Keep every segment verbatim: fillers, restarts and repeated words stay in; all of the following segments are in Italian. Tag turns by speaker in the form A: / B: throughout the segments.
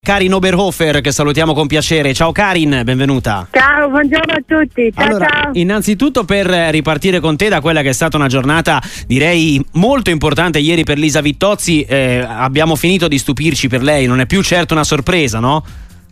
A: Karin Oberhofer, che salutiamo con piacere. Ciao Karin, benvenuta.
B: Ciao, buongiorno a tutti. Ciao,
A: allora,
B: ciao.
A: Innanzitutto, per ripartire con te da quella che è stata una giornata direi molto importante ieri per Lisa Vittozzi, eh, abbiamo finito di stupirci per lei, non è più certo una sorpresa, no?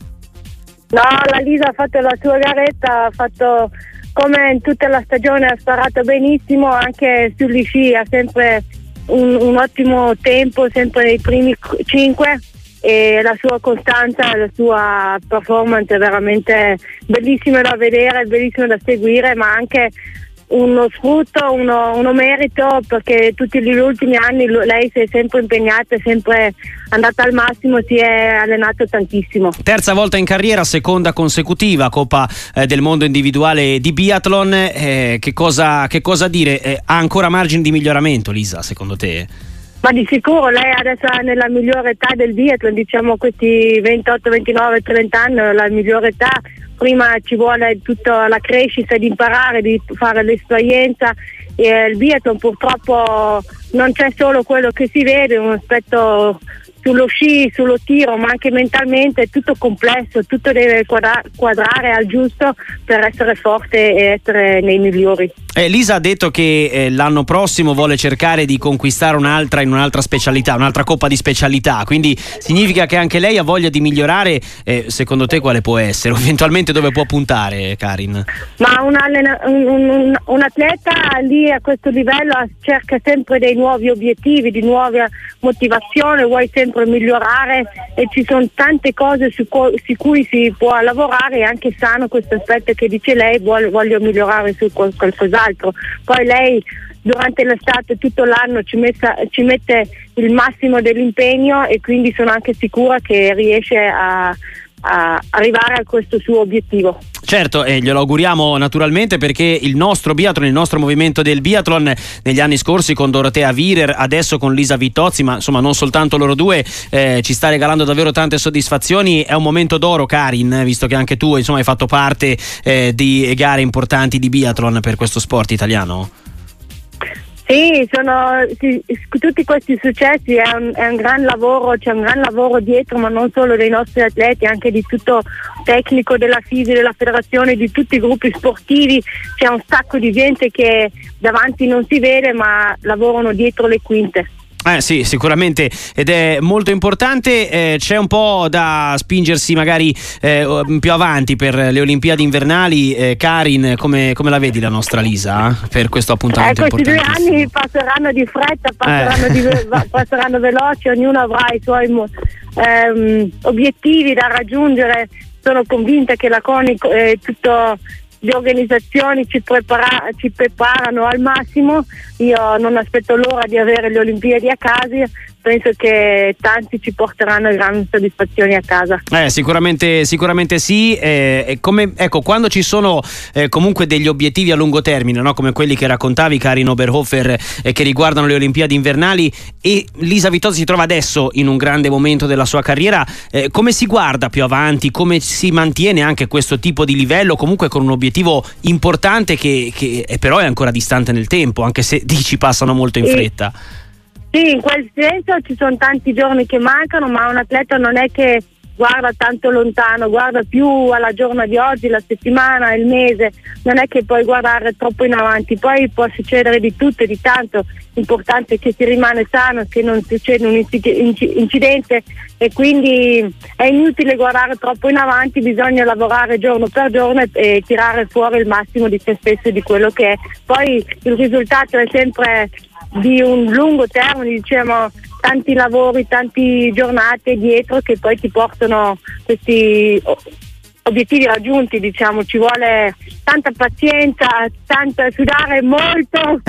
B: No, la Lisa ha fatto la sua garetta, ha fatto come in tutta la stagione, ha sparato benissimo, anche sugli sci ha sempre un, un ottimo tempo, sempre nei primi cinque. E la sua costanza, la sua performance è veramente bellissima da vedere, bellissima da seguire, ma anche uno sfrutto, uno, uno merito, perché tutti gli ultimi anni lei si è sempre impegnata, è sempre andata al massimo, si è allenato tantissimo.
A: Terza volta in carriera, seconda consecutiva Coppa eh, del Mondo individuale di biathlon, eh, che cosa, che cosa dire? Eh, ha ancora margini di miglioramento Lisa, secondo te?
B: Ma di sicuro lei adesso è nella migliore età del biathlon, diciamo questi ventotto, ventinove, trenta anni, la migliore età. Prima ci vuole tutta la crescita, di imparare, di fare l'esperienza. E il biathlon purtroppo non c'è solo quello che si vede, un aspetto sullo sci, sullo tiro, ma anche mentalmente è tutto complesso, tutto deve quadra- quadrare al giusto per essere forte e essere nei migliori.
A: Eh, Lisa ha detto che eh, l'anno prossimo vuole cercare di conquistare un'altra in un'altra specialità, un'altra coppa di specialità, quindi significa che anche lei ha voglia di migliorare. Eh, secondo te quale può essere? Eventualmente dove può puntare, Karin?
B: Ma un, allena- un, un, un atleta lì a questo livello cerca sempre dei nuovi obiettivi, di nuova motivazione, vuoi sempre migliorare e ci sono tante cose su, co- su cui si può lavorare. È anche sano questo aspetto che dice lei, vuole, voglio migliorare su qual- qualcos'altro. Poi lei durante l'estate tutto l'anno ci, messa, ci mette il massimo dell'impegno e quindi sono anche sicura che riesce a, a arrivare a questo suo obiettivo.
A: Certo, e glielo auguriamo naturalmente, perché il nostro biathlon, il nostro movimento del biathlon negli anni scorsi con Dorotea Virer, adesso con Lisa Vittozzi, ma insomma non soltanto loro due, eh, ci sta regalando davvero tante soddisfazioni. È un momento d'oro, Karin, visto che anche tu insomma hai fatto parte eh, di gare importanti di biathlon per questo sport italiano.
B: Sì, sono sì, tutti questi successi è un, è un gran lavoro, c'è un gran lavoro dietro, ma non solo dei nostri atleti, anche di tutto tecnico della F I S I, della federazione, di tutti i gruppi sportivi. C'è un sacco di gente che davanti non si vede, ma lavorano dietro le quinte.
A: Eh sì, sicuramente, ed è molto importante. Eh, c'è un po' da spingersi magari eh, più avanti per le Olimpiadi invernali. eh, Karin, come, come la vedi la nostra Lisa eh, per questo appuntamento
B: eh, questi
A: importante?
B: Questi due anni passeranno di fretta, passeranno, eh. di, passeranno veloci, ognuno avrà i suoi ehm, obiettivi da raggiungere. Sono convinta che la CONI e eh, tutto le organizzazioni ci, prepara- ci preparano al massimo. Io non aspetto l'ora di avere le Olimpiadi a casa, penso che tanti ci porteranno grandi soddisfazioni a casa.
A: Eh, sicuramente, sicuramente sì. Eh, come, ecco, quando ci sono eh, comunque degli obiettivi a lungo termine, no? Come quelli che raccontavi, Karin Oberhofer, eh, che riguardano le Olimpiadi invernali, e Lisa Vittozzi si trova adesso in un grande momento della sua carriera, eh, come si guarda più avanti? Come si mantiene anche questo tipo di livello, comunque con un obiettivo importante che, che è, però è ancora distante nel tempo, anche se dici passano molto in fretta?
B: Sì, in quel senso ci sono tanti giorni che mancano, ma un atleta non è che guarda tanto lontano, guarda più alla giornata di oggi, la settimana, il mese, non è che puoi guardare troppo in avanti. Poi può succedere di tutto e di tanto, l'importante è che si rimane sano, che non succeda un incidente, e quindi è inutile guardare troppo in avanti, bisogna lavorare giorno per giorno e, e tirare fuori il massimo di se stesso e di quello che è. Poi il risultato è sempre di un lungo termine, diciamo, tanti lavori, tante giornate dietro che poi ti portano questi obiettivi raggiunti, diciamo. Ci vuole tanta pazienza, tanto sudare molto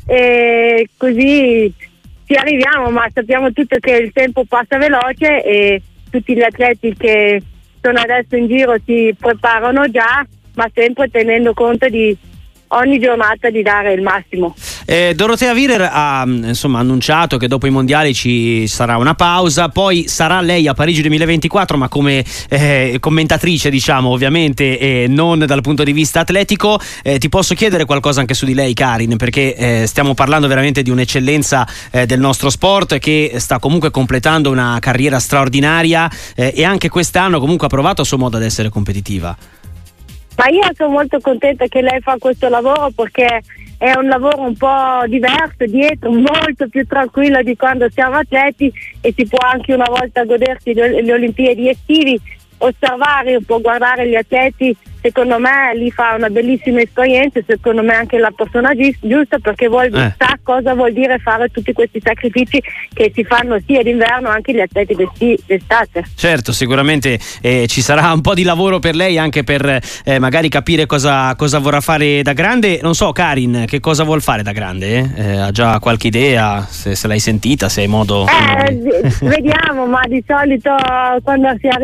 B: e così ci arriviamo, ma sappiamo tutti che il tempo passa veloce e tutti gli atleti che sono adesso in giro si preparano già, ma sempre tenendo conto di ogni giornata di dare il massimo.
A: Eh, Dorotea Virer ha insomma annunciato che dopo i mondiali ci sarà una pausa, poi sarà lei a Parigi duemilaventiquattro, ma come eh, commentatrice, diciamo, ovviamente, e non dal punto di vista atletico. Eh, ti posso chiedere qualcosa anche su di lei, Karin, perché eh, stiamo parlando veramente di un'eccellenza eh, del nostro sport, che sta comunque completando una carriera straordinaria eh, e anche quest'anno comunque ha provato a suo modo ad essere competitiva.
B: Ma io sono molto contenta che lei fa questo lavoro, perché è un lavoro un po' diverso dietro, molto più tranquillo di quando siamo atleti, e si può anche una volta godersi le, le Olimpiadi estivi, osservare un po', guardare gli atleti. Secondo me lì fa una bellissima esperienza, secondo me anche la persona giusta, perché vuol, eh. sa cosa vuol dire fare tutti questi sacrifici che si fanno sia d'inverno anche gli atleti d'estate.
A: Certo, sicuramente eh, ci sarà un po' di lavoro per lei, anche per eh, magari capire cosa, cosa vorrà fare da grande. Non so, Karin, che cosa vuol fare da grande? Eh? Eh, ha già qualche idea? Se, se l'hai sentita, se hai modo...
B: Eh, vediamo, ma di solito quando si arriva